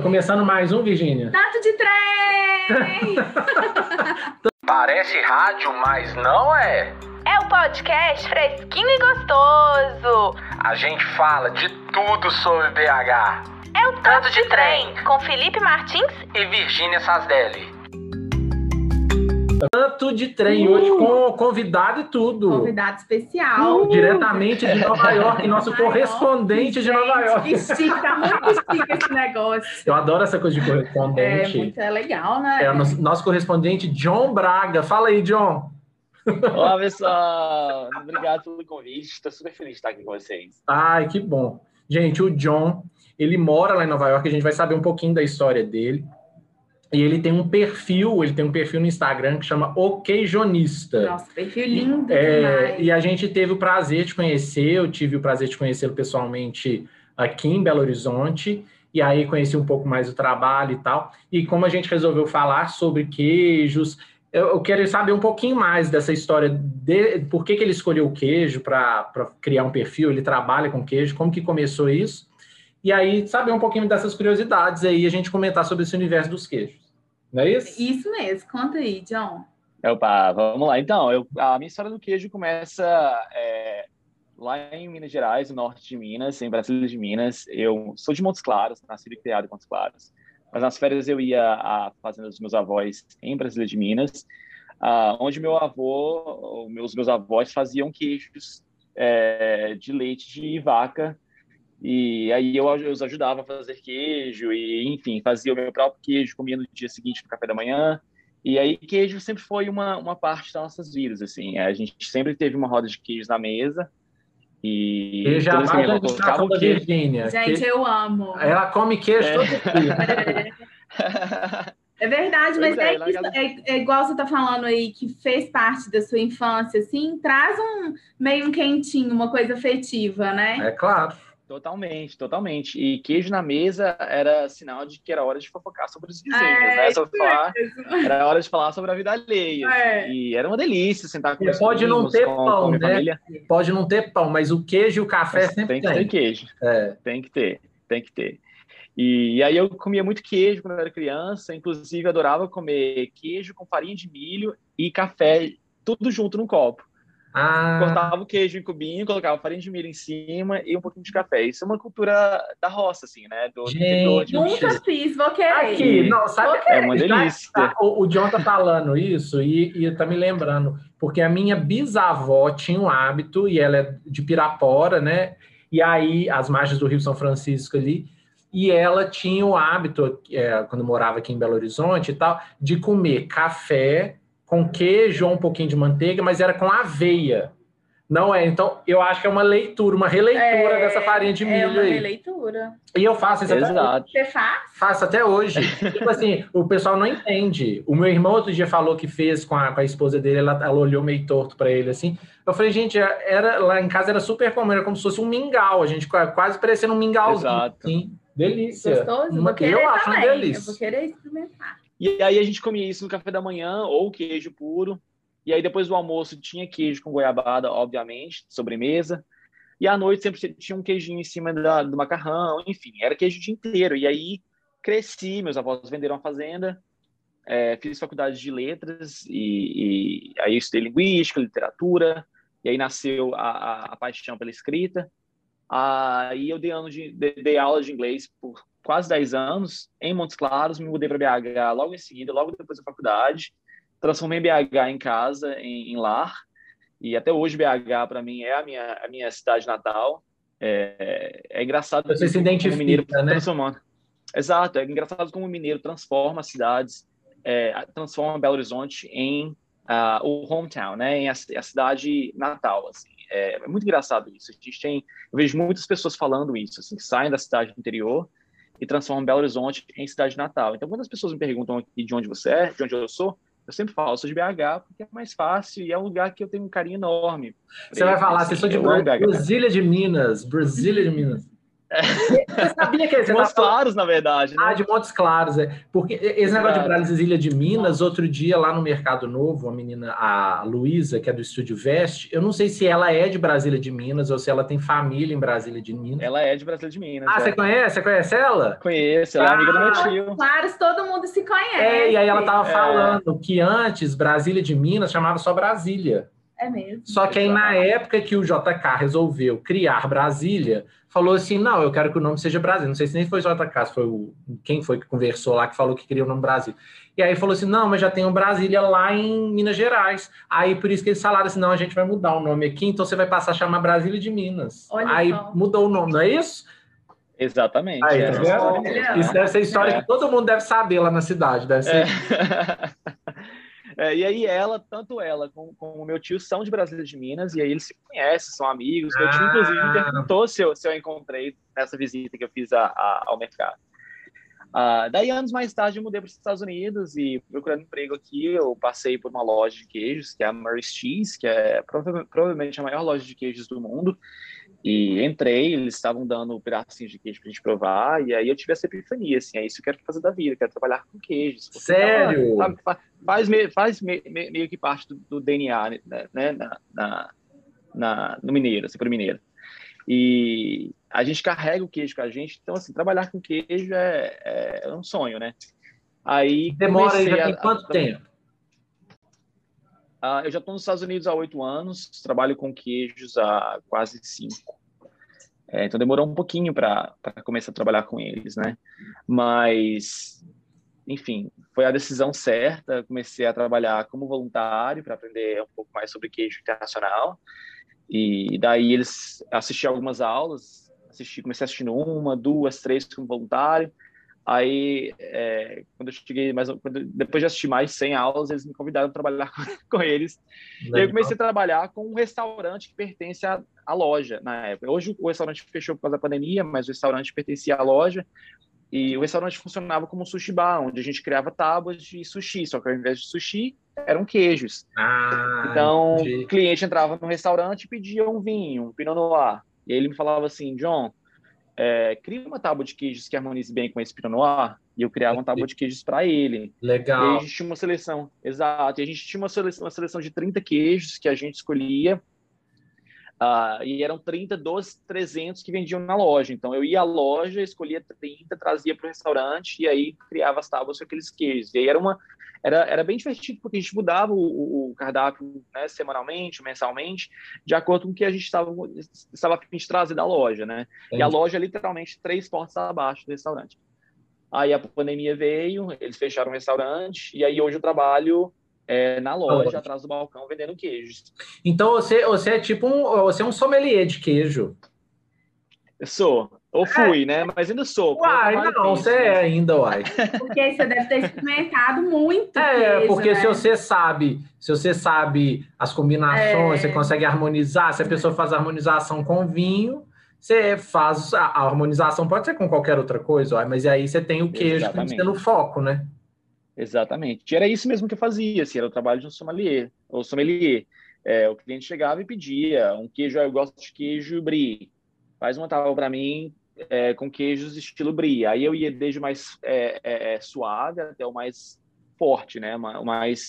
Começando mais um, Virgínia. Tato de trem! Parece rádio, mas não é. É o podcast fresquinho e gostoso. A gente fala de tudo sobre BH. É o Tanto de Trem, com Felipe Martins e Virgínia Sasdelli. Tanto de Trem, hoje com convidado e tudo. Convidado especial. Diretamente de Nova York, nosso correspondente de Nova York. Que chique, tá muito chique esse negócio. Eu adoro essa coisa de correspondente. É legal, né? É o nosso correspondente, John Braga. Fala aí, John. Olá, pessoal. Obrigado pelo convite. Estou super feliz de estar aqui com vocês. Ai, que bom. Gente, o John, ele mora lá em Nova York, a gente vai saber um pouquinho da história dele. E ele tem um perfil no Instagram que chama O Queijonista. Nossa, perfil lindo demais. E a gente teve o prazer de conhecer, eu tive o prazer de conhecê-lo pessoalmente aqui em Belo Horizonte, e aí conheci um pouco mais o trabalho e tal. E como a gente resolveu falar sobre queijos, eu quero saber um pouquinho mais dessa história, de por que ele escolheu o queijo para criar um perfil, ele trabalha com queijo, como que começou isso. E aí, saber um pouquinho dessas curiosidades aí, a gente comentar sobre esse universo dos queijos. Não é isso? Isso mesmo. Conta aí, John. Opa, vamos lá. Então, a minha história do queijo começa lá em Minas Gerais, no norte de Minas, em Brasília de Minas. Eu sou de Montes Claros, nascido e criado em Montes Claros. Mas nas férias eu ia à fazenda dos meus avós em Brasília de Minas, onde meus avós faziam queijos de leite de vaca. E aí eu os ajudava a fazer queijo e, enfim, fazia o meu próprio queijo, comia no dia seguinte no café da manhã. E aí queijo sempre foi uma parte das nossas vidas, assim. A gente sempre teve uma roda de queijo na mesa. E já vai da indicação da Virgínia. Gente, eu amo. Ela come queijo todo dia. É verdade, mas é igual você tá falando aí, que fez parte da sua infância, assim, traz meio um quentinho, uma coisa afetiva, né? É claro. Totalmente, totalmente. E queijo na mesa era sinal de que era hora de fofocar sobre os vizinhos, né? Era hora de falar sobre a vida alheia. Assim. E era uma delícia sentar com os Pode primos, não ter pão, né? Família. Pode não ter pão, mas o queijo e o café sempre tem que ter queijo. Tem que ter. E aí eu comia muito queijo quando eu era criança, inclusive adorava comer queijo com farinha de milho e café, tudo junto num copo. Cortava o queijo em cubinho, colocava farinha de milho em cima e um pouquinho de café. Isso é uma cultura da roça, assim, né? Do interior de Minas. Nunca fiz, vou querer. Aqui, não, sabe? É uma delícia. O John tá falando isso e tá me lembrando, porque a minha bisavó tinha um hábito, e ela é de Pirapora, né? E aí, as margens do Rio São Francisco ali, e ela tinha o hábito, quando morava aqui em Belo Horizonte e tal, de comer café com queijo ou um pouquinho de manteiga, mas era com aveia. Não é? Então, eu acho que é uma releitura dessa farinha de milho aí. É uma releitura. E eu faço isso até hoje. Você faz? Faço até hoje. Tipo assim, o pessoal não entende. O meu irmão outro dia falou que fez com a esposa dele, ela olhou meio torto pra ele, assim. Eu falei, gente, lá em casa era super comum, era como se fosse um mingau. A gente quase parecendo um mingauzinho. Exato. Assim. Delícia. Gostoso? Eu acho uma delícia. Eu vou querer experimentar. E aí a gente comia isso no café da manhã, ou queijo puro. E aí depois do almoço tinha queijo com goiabada, obviamente, sobremesa. E à noite sempre tinha um queijinho em cima do macarrão, enfim, era queijo o dia inteiro. E aí cresci, meus avós venderam a fazenda, fiz faculdade de letras, e aí eu estudei linguística, literatura, e aí nasceu a paixão pela escrita. Aí eu dei aula de inglês por quase 10 anos, em Montes Claros, me mudei para BH logo em seguida, logo depois da faculdade, transformei BH em casa, em lar, e até hoje BH para mim é a minha cidade natal. É engraçado. Você se identifica, mineiro, né? Transformando. Exato, é engraçado como o mineiro transforma as cidades, transforma Belo Horizonte em o hometown, né? Em a cidade natal, assim. É muito engraçado isso. Eu vejo muitas pessoas falando isso, assim, que saem da cidade do interior e transformam Belo Horizonte em cidade natal. Então, quando as pessoas me perguntam aqui de onde você é, de onde eu sou sempre falo, eu sou de BH, porque é mais fácil e é um lugar que eu tenho um carinho enorme. Você vai falar, você sou de Brasília de Minas. Brasília de Minas. Você sabia que de Montes Claros, na verdade, né? Ah, de Montes Claros, é. Porque esse negócio de Brasília de Minas, outro dia lá no Mercado Novo, a menina, a Luísa, que é do Estúdio Veste, eu não sei se ela é de Brasília de Minas ou se ela tem família em Brasília de Minas. Ela é de Brasília de Minas. Ah, você conhece? Você conhece ela? Conheço, ela é amiga do meu tio. Claro, todo mundo se conhece. E aí ela tava falando que antes Brasília de Minas chamava só Brasília. É mesmo. Só que aí, na época que o JK resolveu criar Brasília, falou assim, não, eu quero que o nome seja Brasília. Não sei se nem foi o JK, se foi quem foi que conversou lá, que falou que queria o nome Brasília. E aí falou assim, não, mas já tem um Brasília lá em Minas Gerais. Aí por isso que eles falaram assim, não, a gente vai mudar o nome aqui, então você vai passar a chamar Brasília de Minas. Olha aí só. Mudou o nome, não é isso? Exatamente. Aí, tá vendo? Isso deve ser história que todo mundo deve saber lá na cidade, deve ser... E aí tanto ela como o meu tio são de Brasília de Minas, e aí eles se conhecem, são amigos. Meu tio, inclusive, me perguntou se eu encontrei nessa visita que eu fiz ao mercado. Daí, anos mais tarde, eu mudei para os Estados Unidos e procurando emprego aqui, eu passei por uma loja de queijos, que é a Murray's Cheese, que é provavelmente a maior loja de queijos do mundo. E entrei, eles estavam dando pedacinhos de queijo pra gente provar, e aí eu tive essa epifania, assim, é isso que eu quero fazer da vida, eu quero trabalhar com queijos. Sério? Faz meio que parte do DNA, né, no mineiro, assim, pro mineiro. E a gente carrega o queijo com a gente, então, assim, trabalhar com queijo é um sonho, né? Aí demora aí, já tem quanto tempo? Eu já estou nos Estados Unidos há 8 anos, trabalho com queijos há quase 5. Então demorou um pouquinho para começar a trabalhar com eles, né? Mas, enfim, foi a decisão certa. Comecei a trabalhar como voluntário para aprender um pouco mais sobre queijo internacional. E daí eles assisti algumas aulas, comecei assistindo 1, 2, 3 como voluntário. Aí, quando eu cheguei, depois de assistir mais 100 aulas, eles me convidaram para trabalhar com eles. Legal. E aí eu comecei a trabalhar com um restaurante que pertence à loja na época. Hoje o restaurante fechou por causa da pandemia, mas o restaurante pertencia à loja. E o restaurante funcionava como um sushi bar, onde a gente criava tábuas de sushi, só que ao invés de sushi, eram queijos. Então, o cliente entrava no restaurante e pedia um vinho, um Pinot Noir. E aí ele me falava assim, John... cria uma tábua de queijos que harmonize bem com esse Pinot Noir, e eu criava uma tábua de queijos para ele. Legal. E aí a gente tinha uma seleção, exato, e a gente tinha uma seleção de 30 queijos que a gente escolhia, e eram 30 dos 300 que vendiam na loja. Então eu ia à loja, escolhia 30, trazia para o restaurante, e aí criava as tábuas com aqueles queijos. E aí era bem divertido, porque a gente mudava o cardápio, né, semanalmente, mensalmente, de acordo com o que a gente estava a fim de trazer da loja, né? Entendi. E a loja é literalmente 3 portas abaixo do restaurante. Aí a pandemia veio, eles fecharam o restaurante, e aí hoje eu trabalho na loja, atrás do balcão, vendendo queijos. Então você é tipo você é um sommelier de queijo. Eu sou. Ou fui, né? Mas ainda sou. Uai, não, você é ainda, uai. Porque você deve ter experimentado muito queijo, porque né? se você sabe as combinações, você consegue harmonizar, se a pessoa faz a harmonização com vinho, você faz a harmonização, pode ser com qualquer outra coisa, uai, mas aí você tem o queijo que tem que ser no foco, né? Exatamente. E era isso mesmo que eu fazia, assim, era o trabalho de um sommelier, ou sommelier. O cliente chegava e pedia um queijo, eu gosto de queijo brie, faz uma tábua para mim com queijos estilo brie. Aí eu ia desde o mais suave até o mais forte, né? O mais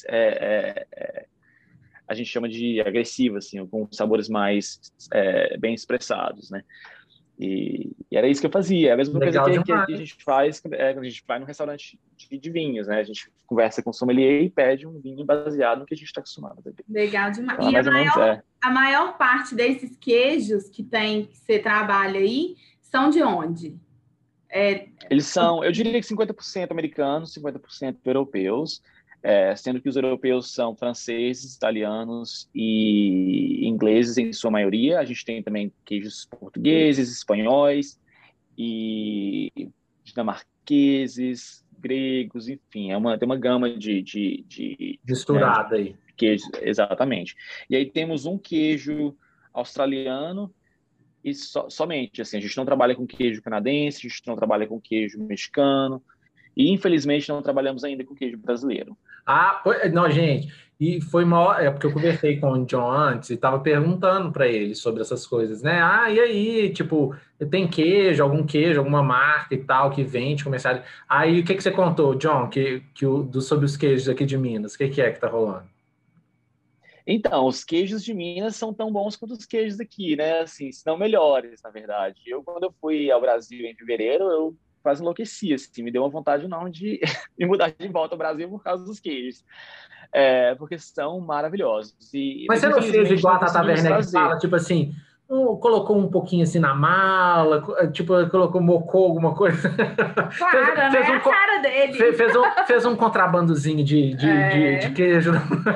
a gente chama de agressivo, assim, com sabores mais bem expressados, né? E era isso que eu fazia. É a mesma coisa que a gente faz quando a gente vai num restaurante de vinhos, né? A gente conversa com o sommelier e pede um vinho baseado no que a gente está acostumado a beber. Legal demais. Então, e a maior parte desses queijos que você trabalha aí são de onde? Eles são, eu diria que 50% americanos, 50% europeus, sendo que os europeus são franceses, italianos e ingleses em sua maioria. A gente tem também queijos portugueses, espanhóis e dinamarqueses, gregos, enfim, tem uma gama de misturada aí. Queijos, exatamente. E aí temos um queijo australiano e somente, assim, a gente não trabalha com queijo canadense, a gente não trabalha com queijo mexicano, E, infelizmente, não trabalhamos ainda com queijo brasileiro. Não, gente, e foi maior, porque eu conversei com o John antes e estava perguntando para ele sobre essas coisas, né? E aí, tipo, tem algum queijo, alguma marca e tal que vende, comercial. Aí, o que você contou, John, sobre os queijos aqui de Minas? O que que tá rolando? Então, os queijos de Minas são tão bons quanto os queijos daqui, né? Assim, se não melhores, na verdade. Quando eu fui ao Brasil em fevereiro, eu quase enlouqueci, assim, me deu uma vontade enorme de me mudar de volta ao Brasil por causa dos queijos. Porque são maravilhosos. Mas você não fez igual a Tata Werneck fala, tipo assim, colocou um pouquinho assim na mala, tipo, colocou mocô, alguma coisa? Claro, fez a cara dele. Fez um contrabandozinho de queijo.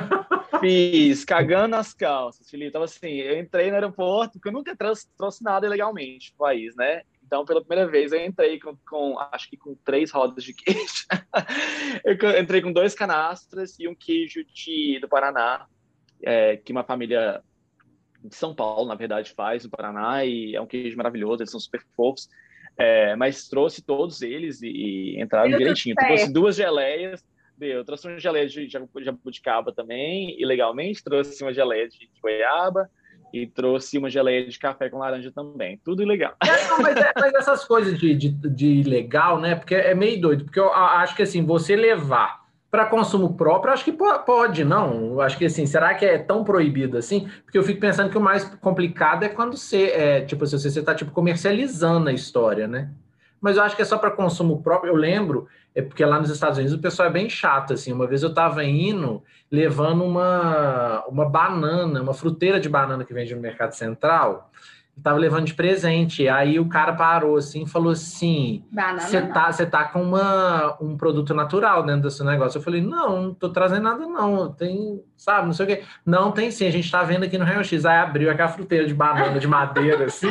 Fiz, cagando nas calças, Felipe. Então, assim, eu entrei no aeroporto, porque eu nunca trouxe nada ilegalmente pro país, né? Então, pela primeira vez, eu entrei acho que com 3 rodas de queijo. Eu entrei com 2 canastras e um queijo do Paraná, que uma família de São Paulo, na verdade, faz no Paraná, e é um queijo maravilhoso, eles são super fofos. Mas trouxe todos eles e entraram direitinho. Trouxe 2 geleias, eu trouxe uma geleia de jabuticaba também, ilegalmente, trouxe uma geleia de goiaba, e trouxe uma geleia de café com laranja também. Tudo ilegal. Mas essas coisas de ilegal, né? Porque é meio doido. Porque eu acho que, assim, você levar para consumo próprio, acho que pode, não. Eu acho que, assim, será que é tão proibido assim? Porque eu fico pensando que o mais complicado é quando você, tipo, se você está, tipo, comercializando a história, né? Mas eu acho que é só para consumo próprio. Eu lembro, porque lá nos Estados Unidos o pessoal é bem chato, assim. Uma vez eu estava indo, levando uma banana, uma fruteira de banana que vende no Mercado Central, estava levando de presente. Aí o cara parou, assim, e falou assim, você tá com um produto natural dentro desse negócio. Eu falei, não tô trazendo nada, não. Tem, sabe, não sei o quê. Não, tem sim, a gente tá vendo aqui no Raio X. Aí abriu aquela fruteira de banana, de madeira, assim.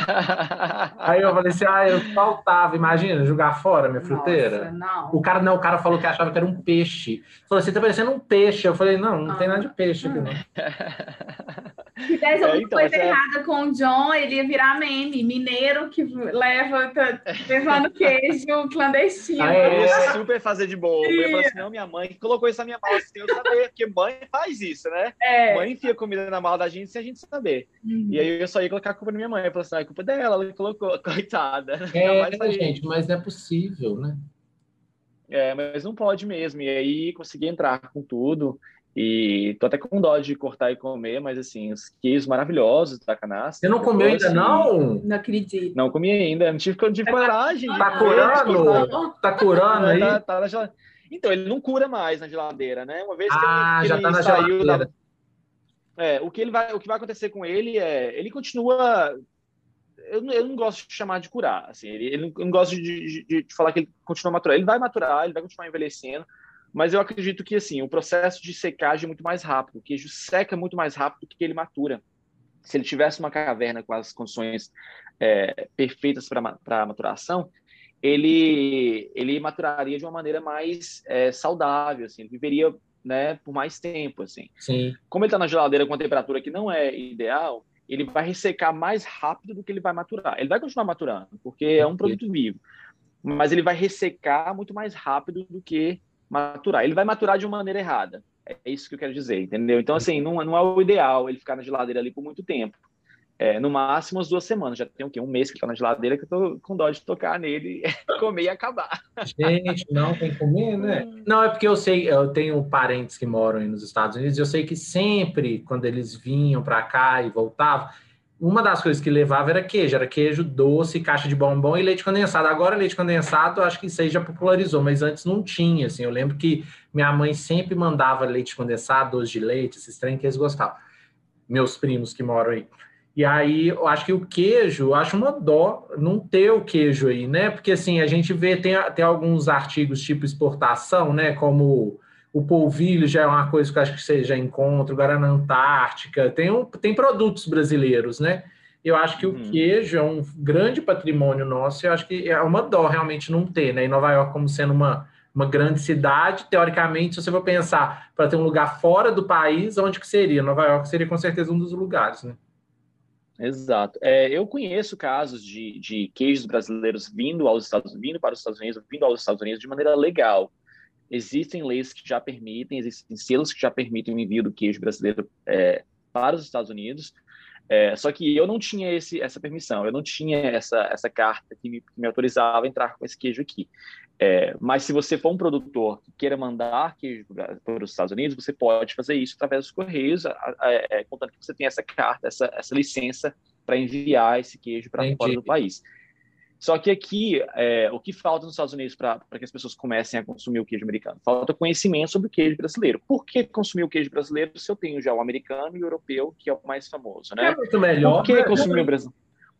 Aí eu falei assim, eu faltava, imagina, jogar fora a minha fruteira. Nossa, não. O cara falou que achava que era um peixe. Falou assim, tá parecendo um peixe. Eu falei, não tem nada de peixe aqui, não. Se tivesse alguma coisa errada com o John, ele ia virar meme. Mineiro que levando queijo clandestino. Eu ia super fazer de boa. Eu ia falar assim, não, minha mãe colocou isso na minha mala sem eu saber, porque mãe faz isso, né? Mãe enfia comida na mala da gente sem a gente saber. E aí eu só ia colocar a culpa na minha mãe. Eu falei assim, é culpa dela, ela colocou, coitada. Gente, mas não é possível, né? Mas não pode mesmo. E aí consegui entrar com tudo. E tô até com dó de cortar e comer, mas assim, os queijos maravilhosos da canastra. Você não comeu ainda, não? Não acredito. Não comi ainda, não tive coragem. Tá curando? Tá curando aí? Tá na geladeira. Então, ele não cura mais na geladeira, né? Uma vez que ele já tá na saiu geladeira. O que vai acontecer com ele ele continua. Eu não gosto de chamar de curar, assim, ele não gosta de falar que ele continua maturando. Ele vai maturar, ele vai continuar envelhecendo, mas eu acredito que, assim, o processo de secagem é muito mais rápido. O queijo seca muito mais rápido do que ele matura. Se ele tivesse uma caverna com as condições perfeitas para maturação, ele maturaria de uma maneira mais saudável, assim, ele viveria, né, por mais tempo, assim. Sim. Como ele está na geladeira com a temperatura que não é ideal, ele vai ressecar mais rápido do que ele vai maturar. Ele vai continuar maturando, porque é um produto vivo, mas ele vai ressecar muito mais rápido do que maturar. Ele vai maturar de uma maneira errada. É isso que eu quero dizer, entendeu? Então, assim, não é o ideal ele ficar na geladeira ali por muito tempo. No máximo, as 2 semaemanas. Já tem o quê? Um mês que está na geladeira, que eu tô com dó de tocar nele, comer e acabar. Gente, não tem que comer, né? Não, é porque eu tenho parentes que moram aí nos Estados Unidos, e eu sei que sempre, quando eles vinham para cá e voltavam, uma das coisas que levava era queijo doce, caixa de bombom e leite condensado. Agora, leite condensado, acho que isso aí já popularizou, mas antes não tinha, assim. Eu lembro que minha mãe sempre mandava leite condensado, doce de leite, esses trem que eles gostavam. Meus primos que moram aí. E aí, eu acho que o queijo, eu acho uma dó não ter o queijo aí, né? Porque, assim, a gente vê, tem alguns artigos tipo exportação, né? Como o polvilho já é uma coisa que eu acho que você já encontra, agora na Antártica. Tem produtos brasileiros, né? Eu acho que o queijo é um grande patrimônio nosso, e eu acho que é uma dó realmente não ter, né? Em Nova York, como sendo uma grande cidade, teoricamente, se você for pensar para ter um lugar fora do país, onde que seria? Nova York seria com certeza um dos lugares, né? Exato. Eu conheço casos de queijos brasileiros vindo para os Estados Unidos, vindo aos Estados Unidos de maneira legal. Existem leis que já permitem, existem selos que já permitem o envio do queijo brasileiro para os Estados Unidos. Só que eu não tinha essa permissão, eu não tinha essa carta que me autorizava a entrar com esse queijo aqui. Mas se você for um produtor que queira mandar queijo para os Estados Unidos, você pode fazer isso através dos Correios, contando que você tem essa carta, essa licença para enviar esse queijo para fora do país. Só que aqui, o que falta nos Estados Unidos para que as pessoas comecem a consumir o queijo americano? Falta conhecimento sobre o queijo brasileiro. Por que consumir o queijo brasileiro se eu tenho já o americano e o europeu, que é o mais famoso, né? É muito melhor. Por que consumir o brasileiro?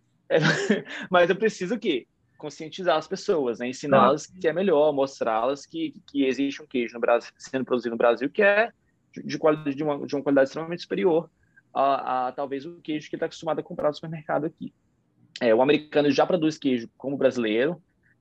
Mas eu preciso o quê? Conscientizar as pessoas, né? Ensiná-las que é melhor, mostrá-las que existe um queijo no Brasil, sendo produzido no Brasil que é de uma qualidade extremamente superior a talvez o queijo que está acostumado a comprar no supermercado aqui. O americano já produz queijo como brasileiro,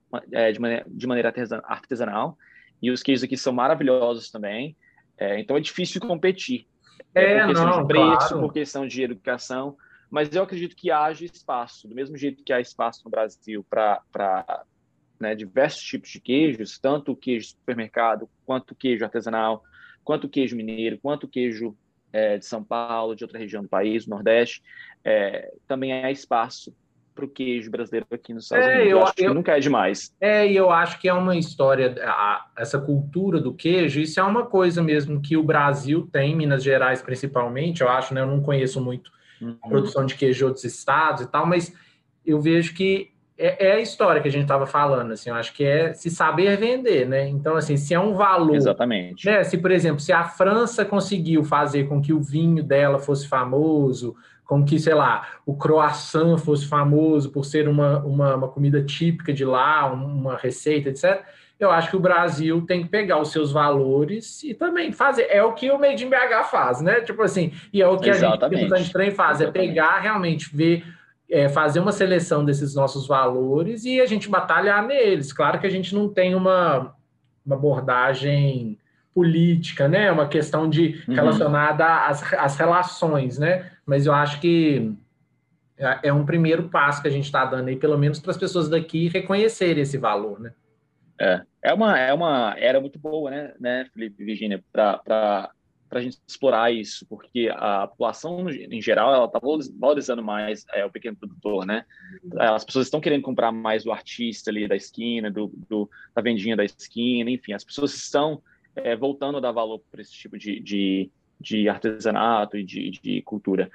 de maneira artesanal, e os queijos aqui são maravilhosos também. Então é difícil competir. Por questão de preço, claro. Por questão de educação. Mas eu acredito que haja espaço, do mesmo jeito que há espaço no Brasil para diversos tipos de queijos, tanto o queijo de supermercado, quanto o queijo artesanal, quanto o queijo mineiro, quanto o queijo de São Paulo, de outra região do país, do Nordeste, também há espaço para o queijo brasileiro aqui nos Estados Unidos. Eu acho que nunca é demais. E eu acho que é uma história, essa cultura do queijo, isso é uma coisa mesmo que o Brasil tem, Minas Gerais principalmente, eu acho, né? Eu não conheço muito a produção de queijo de outros estados e tal, mas eu vejo que é a história que a gente estava falando, assim, eu acho que é se saber vender, né? Então, assim, se é um valor... Exatamente. Né? Se, por exemplo, se a França conseguiu fazer com que o vinho dela fosse famoso, com que, sei lá, o croissant fosse famoso por ser uma comida típica de lá, uma receita, etc., eu acho que o Brasil tem que pegar os seus valores e também fazer. É o que o Made in BH faz, né? Tipo assim, e é o que Exatamente. a gente também faz, é pegar realmente, ver, fazer uma seleção desses nossos valores e a gente batalhar neles. Claro que a gente não tem uma abordagem política, né? Uma questão relacionada às relações, né? Mas eu acho que é um primeiro passo que a gente está dando aí, pelo menos para as pessoas daqui reconhecerem esse valor, né? É uma era muito boa, né, Felipe e Virgínia, para a gente explorar isso, porque a população, em geral, ela está valorizando mais o pequeno produtor, né? As pessoas estão querendo comprar mais do artista ali da esquina, da vendinha da esquina, enfim, as pessoas estão voltando a dar valor para esse tipo de artesanato e de cultura.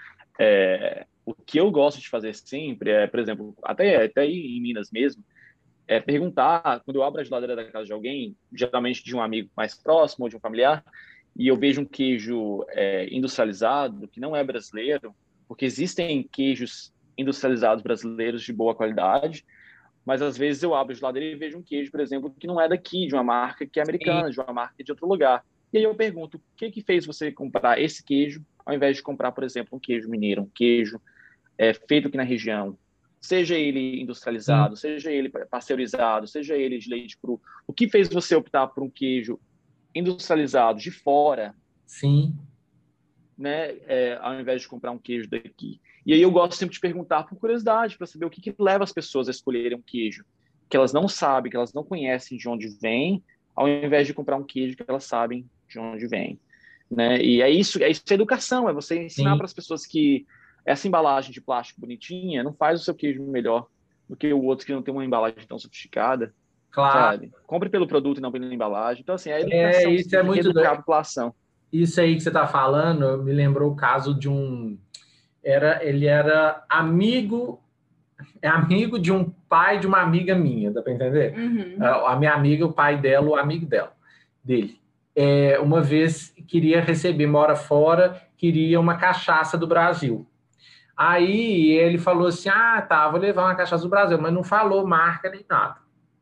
O que eu gosto de fazer sempre por exemplo, até aí em Minas mesmo, perguntar, quando eu abro a geladeira da casa de alguém, geralmente de um amigo mais próximo ou de um familiar, e eu vejo um queijo industrializado, que não é brasileiro, porque existem queijos industrializados brasileiros de boa qualidade, mas às vezes eu abro a geladeira e vejo um queijo, por exemplo, que não é daqui, de uma marca que é americana, de uma marca de outro lugar. E aí eu pergunto, o que fez você comprar esse queijo, ao invés de comprar, por exemplo, um queijo mineiro, um queijo feito aqui na região, seja ele industrializado, seja ele pasteurizado, seja ele de leite cru. O que fez você optar por um queijo industrializado de fora, sim, né, ao invés de comprar um queijo daqui? E aí eu gosto sempre de perguntar por curiosidade, para saber o que leva as pessoas a escolherem um queijo que elas não sabem, que elas não conhecem de onde vem, ao invés de comprar um queijo que elas sabem de onde vem, né? E isso é educação, é você ensinar para as pessoas que essa embalagem de plástico bonitinha não faz o seu queijo melhor do que o outro que não tem uma embalagem tão sofisticada. Claro. Sabe? Compre pelo produto e não pela embalagem. Então, assim, a educação, isso é muito educar a população. Isso aí que você está falando me lembrou o caso de ele era amigo de um pai de uma amiga minha, dá para entender? A minha amiga, o pai dela, o amigo dele. Uma vez queria receber, mora fora, queria uma cachaça do Brasil. Aí ele falou assim, vou levar uma cachaça do Brasil, mas não falou marca nem nada.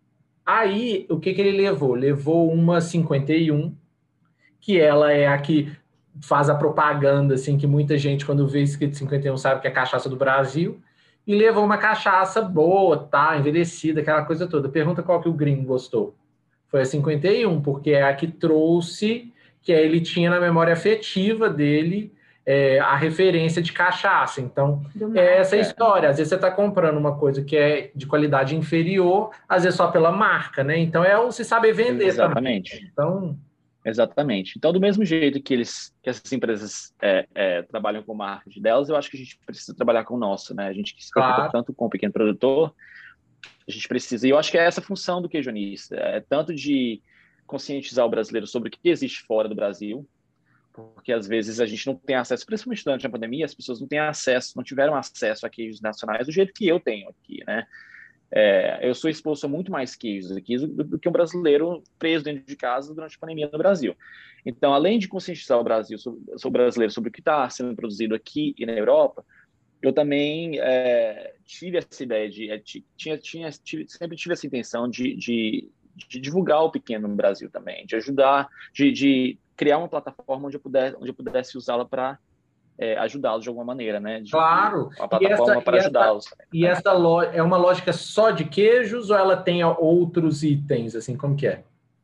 Aí, o que ele levou? Levou uma 51, que ela é a que faz a propaganda, assim, que muita gente, quando vê escrito 51, sabe que é cachaça do Brasil, e levou uma cachaça boa, envelhecida, aquela coisa toda. Pergunta qual que o gringo gostou. Foi a 51, porque é a que trouxe, que ele tinha na memória afetiva dele, a referência de cachaça. Então, Do é essa mar. história. Às vezes você está comprando uma coisa que é de qualidade inferior, às vezes só pela marca, né? Então, é o se saber vender também. Exatamente. Então, Exatamente. Então, do mesmo jeito que essas empresas trabalham com o marketing delas, eu acho que a gente precisa trabalhar com o nosso, né? A gente que se preocupa claro, tanto com o pequeno produtor, a gente precisa. E eu acho que é essa a função do queijonista, tanto de conscientizar o brasileiro sobre o que existe fora do Brasil, porque às vezes a gente não tem acesso, principalmente durante a pandemia, as pessoas não têm acesso, não tiveram acesso a queijos nacionais do jeito que eu tenho aqui, né? Eu sou exposto a muito mais queijos aqui do que um brasileiro preso dentro de casa durante a pandemia no Brasil. Então, além de conscientizar o Brasil, sobre o brasileiro sobre o que está sendo produzido aqui e na Europa, eu também tive essa ideia sempre tive essa intenção de divulgar o pequeno no Brasil também, de ajudar, de criar uma plataforma onde eu pudesse usá-la para ajudá-los de alguma maneira, né? claro. Uma plataforma para ajudá-los. E essa loja é uma lógica só de queijos ou ela tem outros itens, assim, como que é?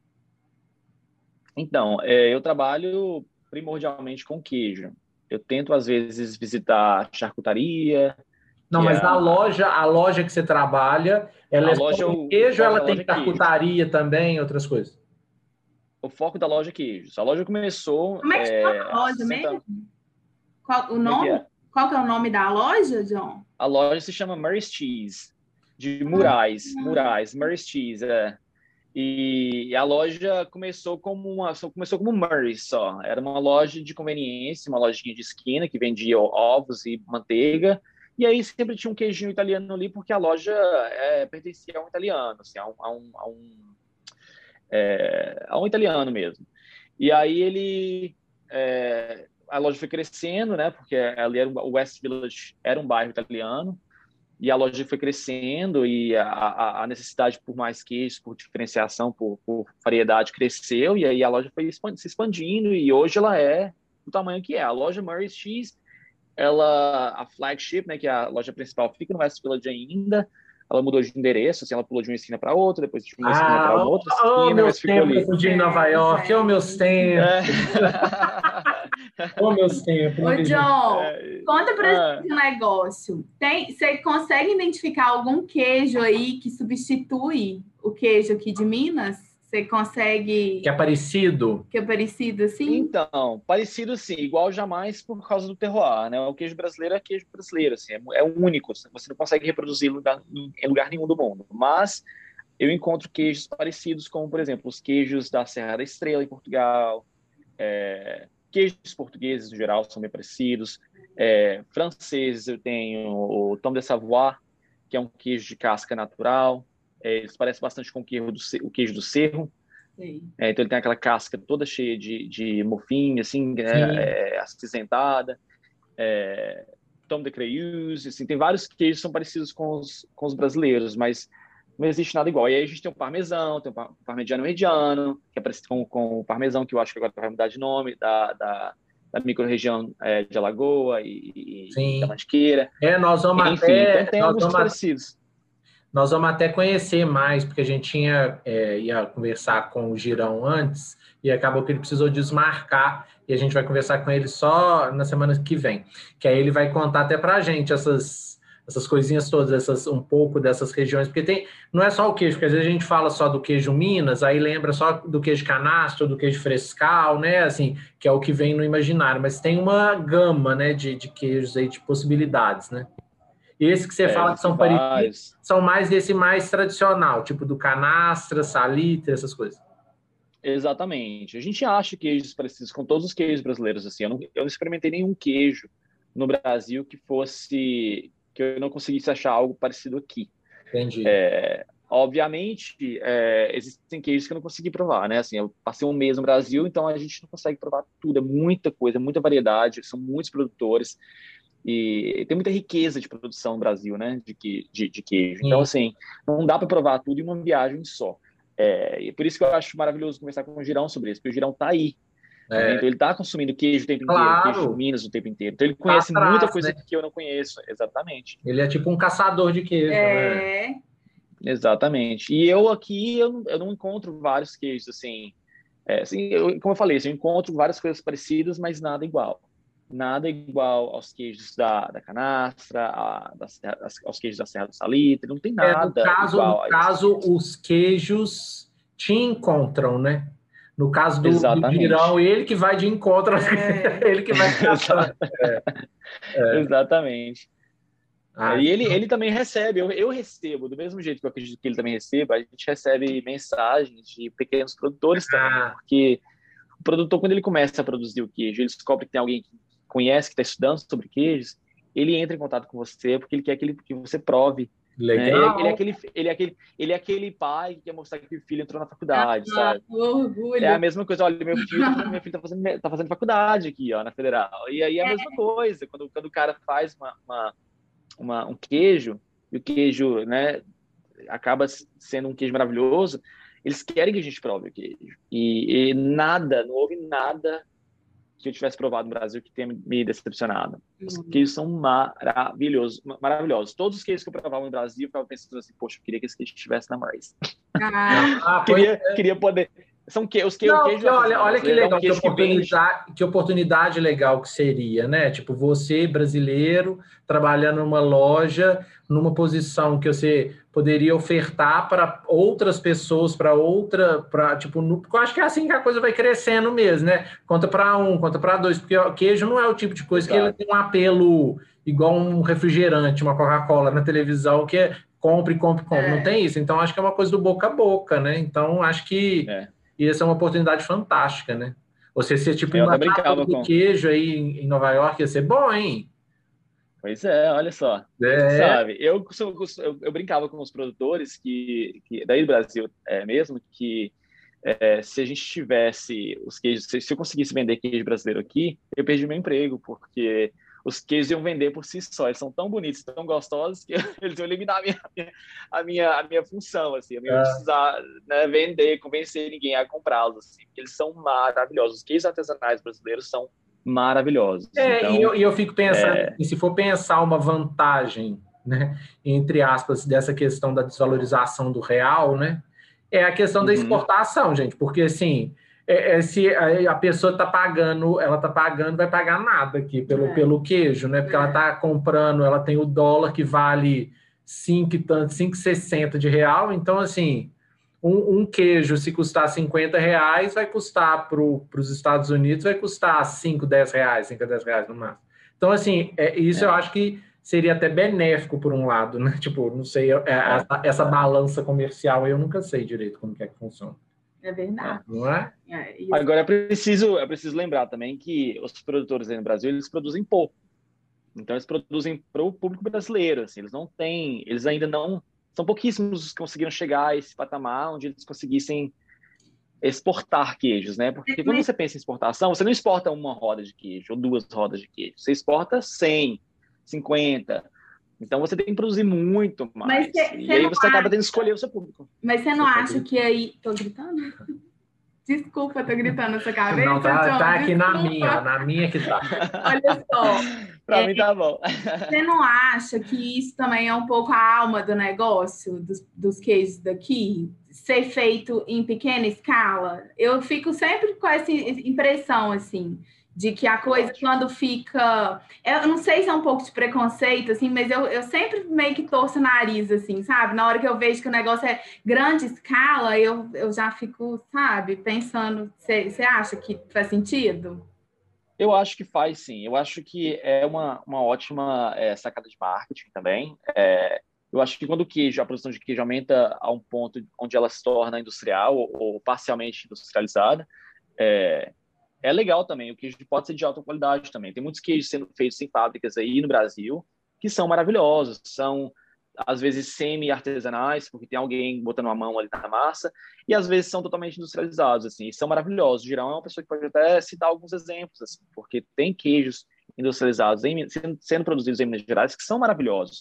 Então, eu trabalho primordialmente com queijo. Eu tento, às vezes, visitar charcutaria. Não, mas a loja que você trabalha, ela é só com queijo ou ela tem charcutaria também, outras coisas? O foco da loja é queijos. A loja começou... Como é que chama a loja mesmo? Qual o nome? Qual que é o nome da loja, John? A loja se chama Murray's Cheese, de Murais, Murray's Cheese, E a loja começou como Murray's só. Era uma loja de conveniência, uma lojinha de esquina que vendia ovos e manteiga. E aí sempre tinha um queijinho italiano ali, porque a loja pertencia a um italiano, assim, a um italiano mesmo. E aí a loja foi crescendo, né? Porque ali o West Village era um bairro italiano. E a loja foi crescendo e a necessidade por mais queijos, por diferenciação, por variedade cresceu. E aí a loja foi se expandindo e hoje ela é do tamanho que é. A loja Murray's Cheese, a flagship, né, que é a loja principal, fica no West Village ainda. Ela mudou de endereço, assim, ela pulou de uma esquina para outra, depois de uma esquina para outra esquina, mas ficou ali. Em Nova York, meus tempos. Meus tempos. Ô, John, conta pra gente um negócio. Você consegue identificar algum queijo aí que substitui o queijo aqui de Minas? Você consegue... Que é parecido? Que é parecido, assim? Então, parecido sim, igual jamais por causa do terroir, né? O queijo brasileiro é queijo brasileiro, assim, é único, você não consegue reproduzir em lugar nenhum do mundo. Mas eu encontro queijos parecidos, como, por exemplo, os queijos da Serra da Estrela, em Portugal. Queijos portugueses, no geral, são bem parecidos. Franceses, eu tenho o Tom de Savoie, que é um queijo de casca natural. Eles parecem bastante com o queijo do Cerro. Então ele tem aquela casca toda cheia de mofinho, assim, acinzentada. Tom de Creuze, assim, tem vários queijos que são parecidos com os brasileiros, mas não existe nada igual. E aí a gente tem o parmesão, tem o parmigiano reggiano, que é parecido com o parmesão, que eu acho que agora vai mudar de nome, da micro-região de Alagoa e da Mantiqueira. Nós vamos Enfim, então tem alguns parecidos. Nós vamos até conhecer mais, porque a gente ia conversar com o Girão antes e acabou que ele precisou desmarcar e a gente vai conversar com ele só na semana que vem. Que aí ele vai contar até pra gente essas coisinhas todas, um pouco dessas regiões, porque não é só o queijo, porque às vezes a gente fala só do queijo Minas, aí lembra só do queijo canastro, do queijo frescal, né, assim, que é o que vem no imaginário, mas tem uma gama, né, de queijos aí, de possibilidades, né. E esse que você fala que são parecidos, são mais desse mais tradicional, tipo do canastra, salitre, essas coisas. Exatamente. A gente acha queijos parecidos com todos os queijos brasileiros, assim, eu não experimentei nenhum queijo no Brasil que eu não conseguisse achar algo parecido aqui. Entendi. Obviamente, existem queijos que eu não consegui provar, né? Assim, eu passei um mês no Brasil, então a gente não consegue provar tudo. É muita coisa, muita variedade, são muitos produtores e tem muita riqueza de produção no Brasil, né? De queijo. Então, assim, não dá para provar tudo em uma viagem só. E por isso que eu acho maravilhoso conversar com o Girão sobre isso, porque o Girão está aí. Então ele está consumindo queijo o tempo inteiro, queijo de Minas o tempo inteiro. Então ele conhece muita coisa que eu não conheço, exatamente. Ele é tipo um caçador de queijo, né? Exatamente. E eu aqui, eu não encontro vários queijos, assim... como eu falei, eu encontro várias coisas parecidas, mas nada igual. nada igual aos queijos da Canastra, aos queijos da Serra do Salitre, não tem nada igual a isso. No caso, os queijos te encontram, né? No caso do Girão, ele que vai de encontro, ele que vai... Exatamente. E ele também recebe, eu recebo, do mesmo jeito que eu acredito que ele também receba, a gente recebe mensagens de pequenos produtores também, porque o produtor, quando ele começa a produzir o queijo, ele descobre que tem alguém que conhece, que está estudando sobre queijos, ele entra em contato com você porque ele quer que você prove. Legal. Né? Ele é aquele pai que quer mostrar que o filho entrou na faculdade, sabe? Orgulho. É a mesma coisa, olha, meu filho tá fazendo faculdade aqui, ó, na Federal. E aí é a mesma coisa, quando o cara faz um queijo, e o queijo, né, acaba sendo um queijo maravilhoso, eles querem que a gente prove o queijo. E não houve nada que eu tivesse provado no Brasil que tenha me decepcionado. Os queijos são maravilhosos. Todos os queijos que eu provava no Brasil, eu ficava pensando assim, poxa, eu queria que esse queijo estivesse na Mars. Queria poder... São os queijos... Olha que legal, que oportunidade legal que seria, né? Tipo, você, brasileiro, trabalhando numa loja, numa posição que você poderia ofertar para outras pessoas, tipo, eu acho que é assim que a coisa vai crescendo mesmo, né? Conta para um, conta para dois, porque o queijo não é o tipo de coisa que ele tem um apelo igual um refrigerante, uma Coca-Cola na televisão, que é compre. Não tem isso. Então, acho que é uma coisa do boca a boca, né? Então, acho que ia ser uma oportunidade fantástica, né? Você ser tipo uma tábua de queijo aí em Nova York ia ser bom, hein? Pois é, olha só. Sabe, eu brincava com os produtores que daí do Brasil mesmo, que se a gente tivesse os queijos, se eu conseguisse vender queijo brasileiro aqui, eu perdi meu emprego, porque os queijos iam vender por si só. Eles são tão bonitos, tão gostosos, que eles iam eliminar a minha função, assim. Eu não ia precisar, né, vender, convencer ninguém a comprá-los, assim. Eles são maravilhosos. Os queijos artesanais brasileiros são maravilhosos. Então, e eu fico pensando, e se for pensar uma vantagem, né, entre aspas, dessa questão da desvalorização do real, né, é a questão da exportação, gente, porque assim... se a pessoa está pagando, vai pagar nada aqui pelo queijo, né? Porque ela está comprando, ela tem o dólar que vale 5,60 de real. Então, assim, um queijo, se custar R$50, vai custar para os Estados Unidos, vai custar 5 a 10 reais no máximo. Então, assim, isso eu acho que seria até benéfico por um lado, né? Tipo, não sei, essa balança comercial eu nunca sei direito como que funciona. É verdade. Não é? Agora, é preciso lembrar também que os produtores aí no Brasil, eles produzem pouco. Então, eles produzem para o público brasileiro. Assim, eles ainda não... São pouquíssimos os que conseguiram chegar a esse patamar onde eles conseguissem exportar queijos, né? Porque quando você pensa em exportação, você não exporta uma roda de queijo ou 2 rodas de queijo. Você exporta 100, 50... Então, você tem que produzir muito mais. E aí você acaba tendo que escolher o seu público. Mas você não acha que aí... Tô gritando? Desculpa, tô gritando na sua cabeça. Não, tá aqui na minha que tá. Olha só. Pra mim tá bom. Você não acha que isso também é um pouco a alma do negócio, dos queijos daqui? Ser feito em pequena escala? Eu fico sempre com essa impressão, assim... de que a coisa, quando fica... Eu não sei se é um pouco de preconceito, assim, mas eu sempre meio que torço o nariz, assim, sabe? Na hora que eu vejo que o negócio é grande escala, eu já fico, sabe, pensando... Você acha que faz sentido? Eu acho que faz, sim. Eu acho que é uma ótima sacada de marketing também. Eu acho que quando a produção de queijo aumenta a um ponto onde ela se torna industrial ou parcialmente industrializada, é legal também, o queijo pode ser de alta qualidade também. Tem muitos queijos sendo feitos em fábricas aí no Brasil que são maravilhosos, são às vezes semi-artesanais, porque tem alguém botando a mão ali na massa, e às vezes são totalmente industrializados, assim, e são maravilhosos. O Girão é uma pessoa que pode até citar alguns exemplos, assim, porque tem queijos industrializados sendo produzidos em Minas Gerais que são maravilhosos,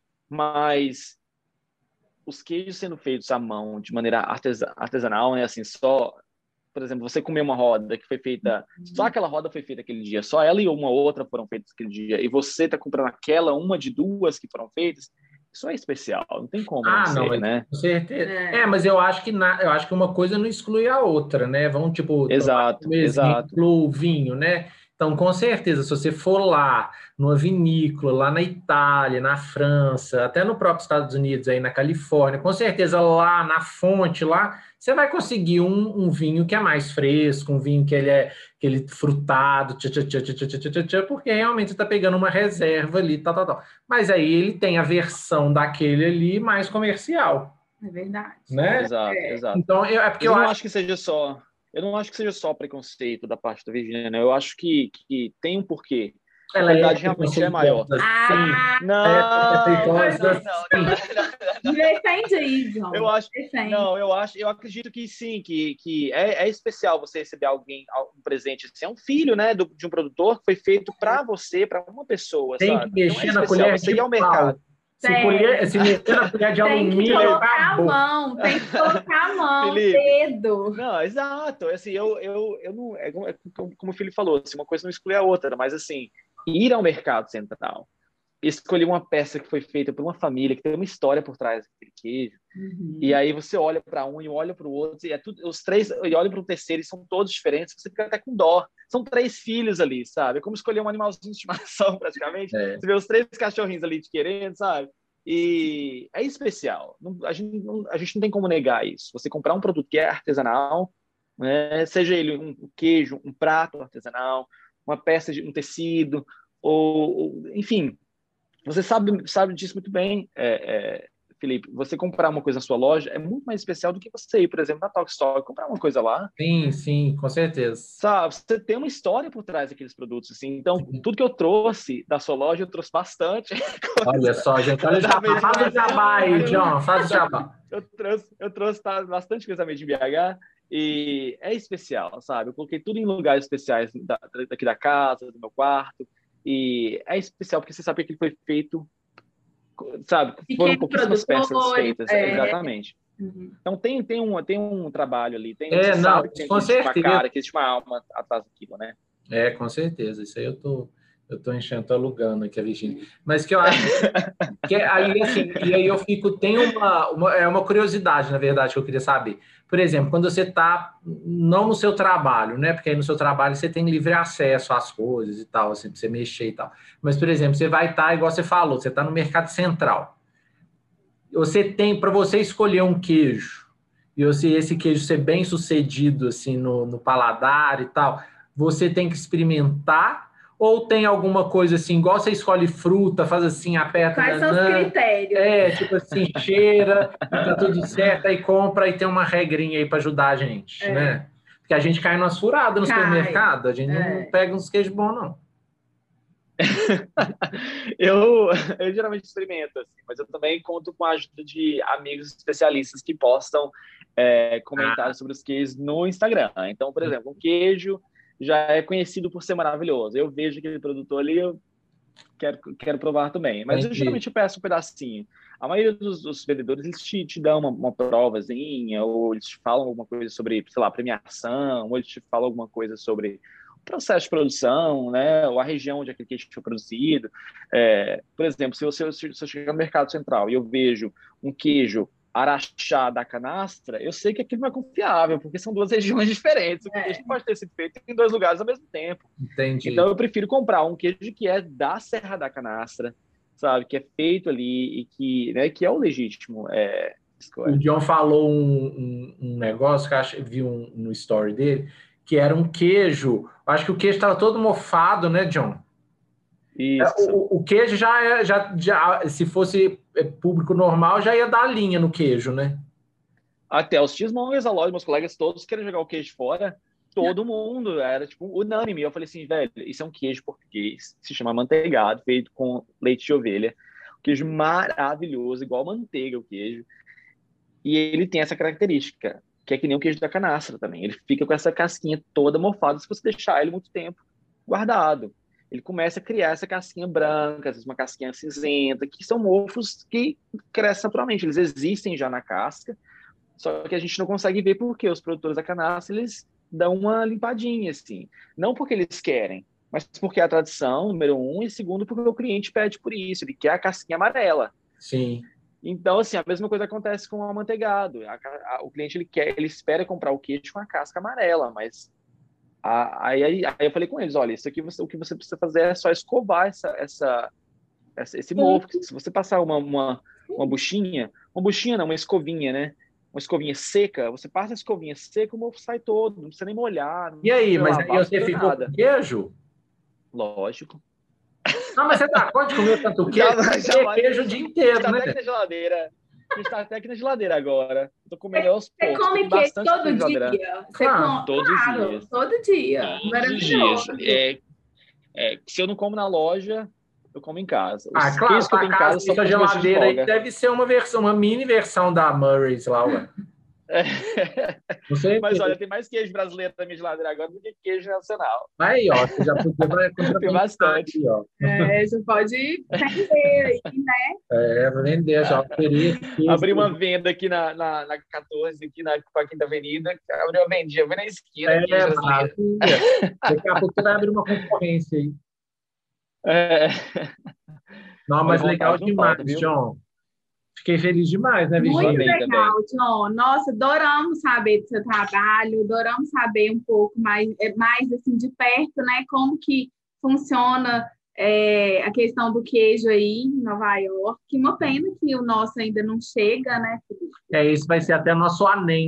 mas os queijos sendo feitos à mão de maneira artesanal, né, assim, só... Por exemplo, você comer uma roda que foi feita... Só aquela roda foi feita aquele dia. Só ela e uma outra foram feitas aquele dia. E você está comprando aquela, uma de 2 que foram feitas. Isso é especial. Não tem como não ser, né? Com certeza. Mas eu acho que uma coisa não exclui a outra, né? Vamos, tipo... Exato. O vinho, né? Então, com certeza, se você for lá, numa vinícola, lá na Itália, na França, até no próprio Estados Unidos, aí na Califórnia, com certeza lá na fonte, lá, você vai conseguir um vinho que é mais fresco, um vinho que ele é aquele frutado, porque realmente você está pegando uma reserva ali, tal, tal, tal. Mas aí ele tem a versão daquele ali mais comercial. É verdade. Né? Exato, exato. Então, é porque eu não acho que seja só. Eu não acho que seja só preconceito da parte da Virgínia, né? Eu acho que tem um porquê. A ela qualidade realmente é maior. Sim. Me defende aí, João. Eu acredito que sim, que é especial você receber um presente. Assim, é um filho, né, de um produtor que foi feito para você, para uma pessoa, tem sabe? Que mexer na colher você ir ao mercado. Se mexer na colher de alumínio, tem que colocar a mão, tem que colocar a mão, Felipe, dedo. Não, exato. Assim, eu não, como o Felipe falou, assim, uma coisa não exclui a outra, mas assim, ir ao mercado central, escolher uma peça que foi feita por uma família, que tem uma história por trás daquele queijo, e aí você olha para um e olha para o outro, e é tudo, os três, e olha para o terceiro, e são todos diferentes, você fica até com dó. São 3 filhos ali, sabe? É como escolher um animalzinho de estimação, praticamente. Você vê os 3 cachorrinhos ali te querendo, sabe? E é especial. A gente não tem como negar isso. Você comprar um produto que é artesanal, né? Seja ele um queijo, um prato artesanal, uma peça de um tecido, ou enfim, você sabe disso muito bem, Felipe. Você comprar uma coisa na sua loja é muito mais especial do que você ir, por exemplo, na Tokstok, comprar uma coisa lá. Sim, com certeza. Sabe, você tem uma história por trás daqueles produtos, assim. Então, tudo que eu trouxe da sua loja, eu trouxe bastante. Olha só, gente, olha o jabá. Faz o jabá aí, John, faz o jabá. Eu trouxe bastante coisa de BH e é especial, sabe? Eu coloquei tudo em lugares especiais daqui da casa, do meu quarto, e é especial porque você sabe que aquilo foi feito, sabe? Foram pouquíssimas peças feitas, exatamente. Uhum. Então tem um trabalho ali, você sabe que com certeza. Uma cara, que existe uma alma atrás daquilo, né? Com certeza. Isso aí eu tô enchendo, tô alugando aqui a Virgínia. Mas que eu acho que aí assim, e aí eu fico, tem uma curiosidade, na verdade, que eu queria saber. Por exemplo, quando você está não no seu trabalho, né? Porque aí no seu trabalho você tem livre acesso às coisas e tal, assim, para você mexer e tal. Mas, por exemplo, você vai estar, igual você falou, você está no mercado central. Você tem, para você escolher um queijo, e esse queijo ser bem sucedido assim, no paladar e tal, você tem que experimentar, ou tem alguma coisa assim, igual você escolhe fruta, faz assim, aperta... Quais são os critérios? Tipo assim, cheira, e tá tudo certo, aí compra e tem uma regrinha aí para ajudar a gente, né? Porque a gente cai numas furadas no supermercado, a gente não pega uns queijos bons, não. eu geralmente experimento, assim, mas eu também conto com a ajuda de amigos especialistas que postam comentários sobre os queijos no Instagram. Então, por exemplo, um queijo já é conhecido por ser maravilhoso. Eu vejo aquele produtor ali, eu quero provar também. Mas eu geralmente peço um pedacinho. A maioria dos vendedores, eles te dão uma provazinha, ou eles te falam alguma coisa sobre, sei lá, premiação, ou eles te falam alguma coisa sobre processo de produção, né, ou a região onde aquele queijo foi produzido. Por exemplo, se eu chegar no mercado central e eu vejo um queijo Araxá da canastra, eu sei que aquilo não é confiável, porque são 2 regiões diferentes. O queijo pode ter sido feito em 2 lugares ao mesmo tempo. Entendi. Então eu prefiro comprar um queijo que é da Serra da Canastra, sabe, que é feito ali e que é o legítimo. O John falou um negócio que eu vi no story dele, que era um queijo. Acho que o queijo estava todo mofado, né, John? Isso. O queijo já, se fosse público normal, já ia dar linha no queijo, né? Até os tismongers da loja, meus colegas todos querem jogar o queijo fora. Todo mundo era, tipo, unânime. Eu falei assim, velho, isso é um queijo português, se chama amanteigado, feito com leite de ovelha. Um queijo maravilhoso, igual manteiga o queijo. E ele tem essa característica, que é que nem o queijo da canastra também. Ele fica com essa casquinha toda mofada se você deixar ele muito tempo guardado. Ele começa a criar essa casquinha branca, às vezes uma casquinha cinzenta, que são mofos que crescem naturalmente. Eles existem já na casca, só que a gente não consegue ver porque os produtores da canastra, eles dão uma limpadinha, assim. Não porque eles querem, mas porque é a tradição, número 1, e segundo, porque o cliente pede por isso. Ele quer a casquinha amarela. Sim. Então, assim, a mesma coisa acontece com o amanteigado. O cliente, ele espera comprar o queijo com a casca amarela, mas Aí eu falei com eles, olha, isso aqui o que você precisa fazer é só escovar esse mofo. Se você passar uma buchinha não, uma escovinha, né? Uma escovinha seca, você passa a escovinha seca, o mofo sai todo, não precisa nem molhar. E aí, mas lavar, aí você ficou nada. com queijo? Lógico. Não, mas você dá conta de comer tanto queijo? Queijo o dia inteiro, Está né? até aqui na geladeira. Está até aqui na geladeira agora. Estou comendo aos poucos. Você come queijo todo dia? Todos os dias. Todo dia. Todos os dias. Se eu não como na loja, eu como em casa. Os claro, que eu tenho em casa são a geladeira aí deve ser uma mini versão da Murray's lá, ué. Mas olha, tem mais queijo brasileiro na minha geladeira agora do que queijo nacional. Aí, ó, você já podia tem bastante. Aqui, ó. Você pode vender aí, né? Vou vender, já queria. Abri uma venda aqui na 14, aqui na Quinta Avenida. Abri uma vendinha, na esquina. Daqui a pouco você vai abrir uma concorrência aí. Não, mas legal demais, John. Fiquei feliz demais, né, Virgínia? Muito legal, John. Nossa, adoramos saber do seu trabalho, adoramos saber um pouco mais assim, de perto, né, como que funciona a questão do queijo aí em Nova York. Uma pena que o nosso ainda não chega, né, Felipe? Isso vai ser até nosso anem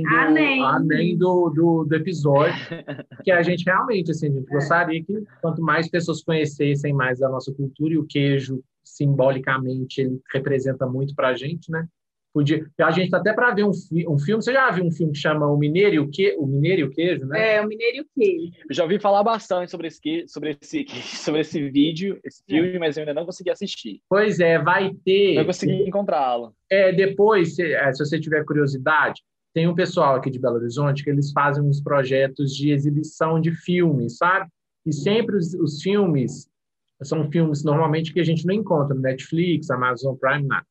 do episódio, que a gente realmente, assim, a gente gostaria que quanto mais pessoas conhecessem mais da nossa cultura, e o queijo simbolicamente ele representa muito para a gente, né? A gente tá até para ver um filme. Você já viu um filme que chama O Mineiro e o Queijo, né? O Mineiro e o Queijo. Eu já ouvi falar bastante sobre esse vídeo, esse filme, mas eu ainda não consegui assistir. Pois é, vai ter. Não consegui encontrá-lo. Depois, se você tiver curiosidade, tem um pessoal aqui de Belo Horizonte que eles fazem uns projetos de exibição de filmes, sabe? E sempre os filmes são filmes normalmente que a gente não encontra no Netflix, Amazon Prime, nada.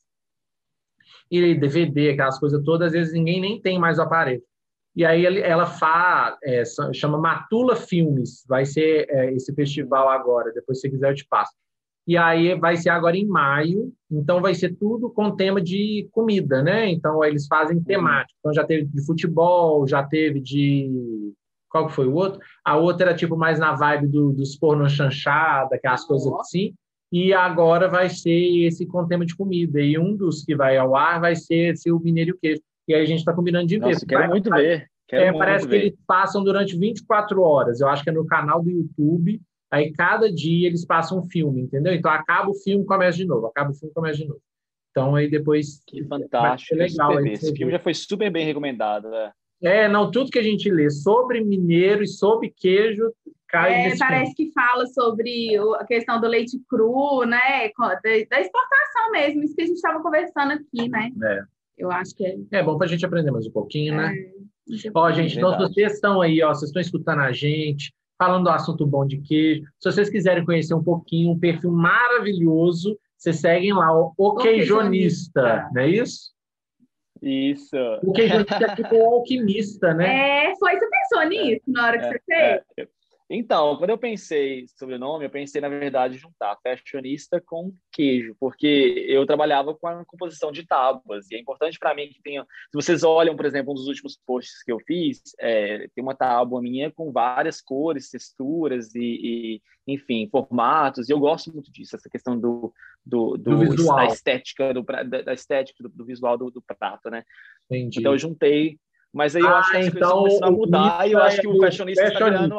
E DVD, aquelas coisas todas, às vezes ninguém nem tem mais o aparelho. E aí ela chama Matula Filmes, vai ser esse festival agora, depois se você quiser eu te passo. E aí vai ser agora em maio, então vai ser tudo com tema de comida, né? Então eles fazem temático. Então já teve de futebol, já teve de... Qual que foi o outro? A outra era tipo mais na vibe dos porno chanchada, aquelas coisas assim. E agora vai ser esse com tema de comida. E um dos que vai ao ar vai ser o Mineiro e o Queijo. E aí a gente está combinando de ver. Nossa, quero muito ver. Parece que eles passam durante 24 horas. Eu acho que é no canal do YouTube. Aí cada dia eles passam um filme, entendeu? Então acaba o filme, começa de novo. Acaba o filme, começa de novo. Então aí depois... Que fantástico. Legal, esse filme já foi super bem recomendado, né? Não, tudo que a gente lê sobre mineiro e sobre queijo cai nesse parece que fala sobre a questão do leite cru, né? Da exportação mesmo, isso que a gente estava conversando aqui, né? Eu acho que é bom para a gente aprender mais um pouquinho, né? Gente, então vocês estão aí, vocês estão escutando a gente, falando do assunto bom de queijo. Se vocês quiserem conhecer um pouquinho, um perfil maravilhoso, vocês seguem lá, o Queijonista, não é isso? Isso. O queijonista é tipo um alquimista, né? Você pensou nisso na hora que você fez? Então, quando eu pensei sobre o nome, eu pensei, na verdade, juntar fashionista com queijo, porque eu trabalhava com a composição de tábuas, e é importante para mim que tenha... Se vocês olham, por exemplo, um dos últimos posts que eu fiz, tem uma tábua minha com várias cores, texturas e enfim, formatos, e eu gosto muito disso, essa questão do visual. Da estética, da estética do visual do prato, né? Entendi. Então eu juntei, mas aí eu acho que as coisas começam a mudar, e eu acho que o fashionista está virando...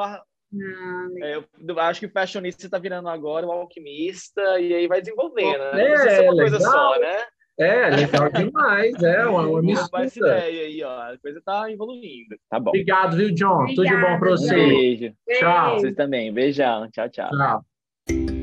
eu acho que o fashionista está virando agora o alquimista, e aí vai desenvolvendo, né? Não sei se é uma coisa só, né? Legal demais, uma mistura. Essa ideia aí, a coisa está evoluindo. Tá bom. Obrigado, viu, John? Tudo de bom para você. Beijo. Tchau. Vocês também. Beijão. Tchau, tchau. Tchau.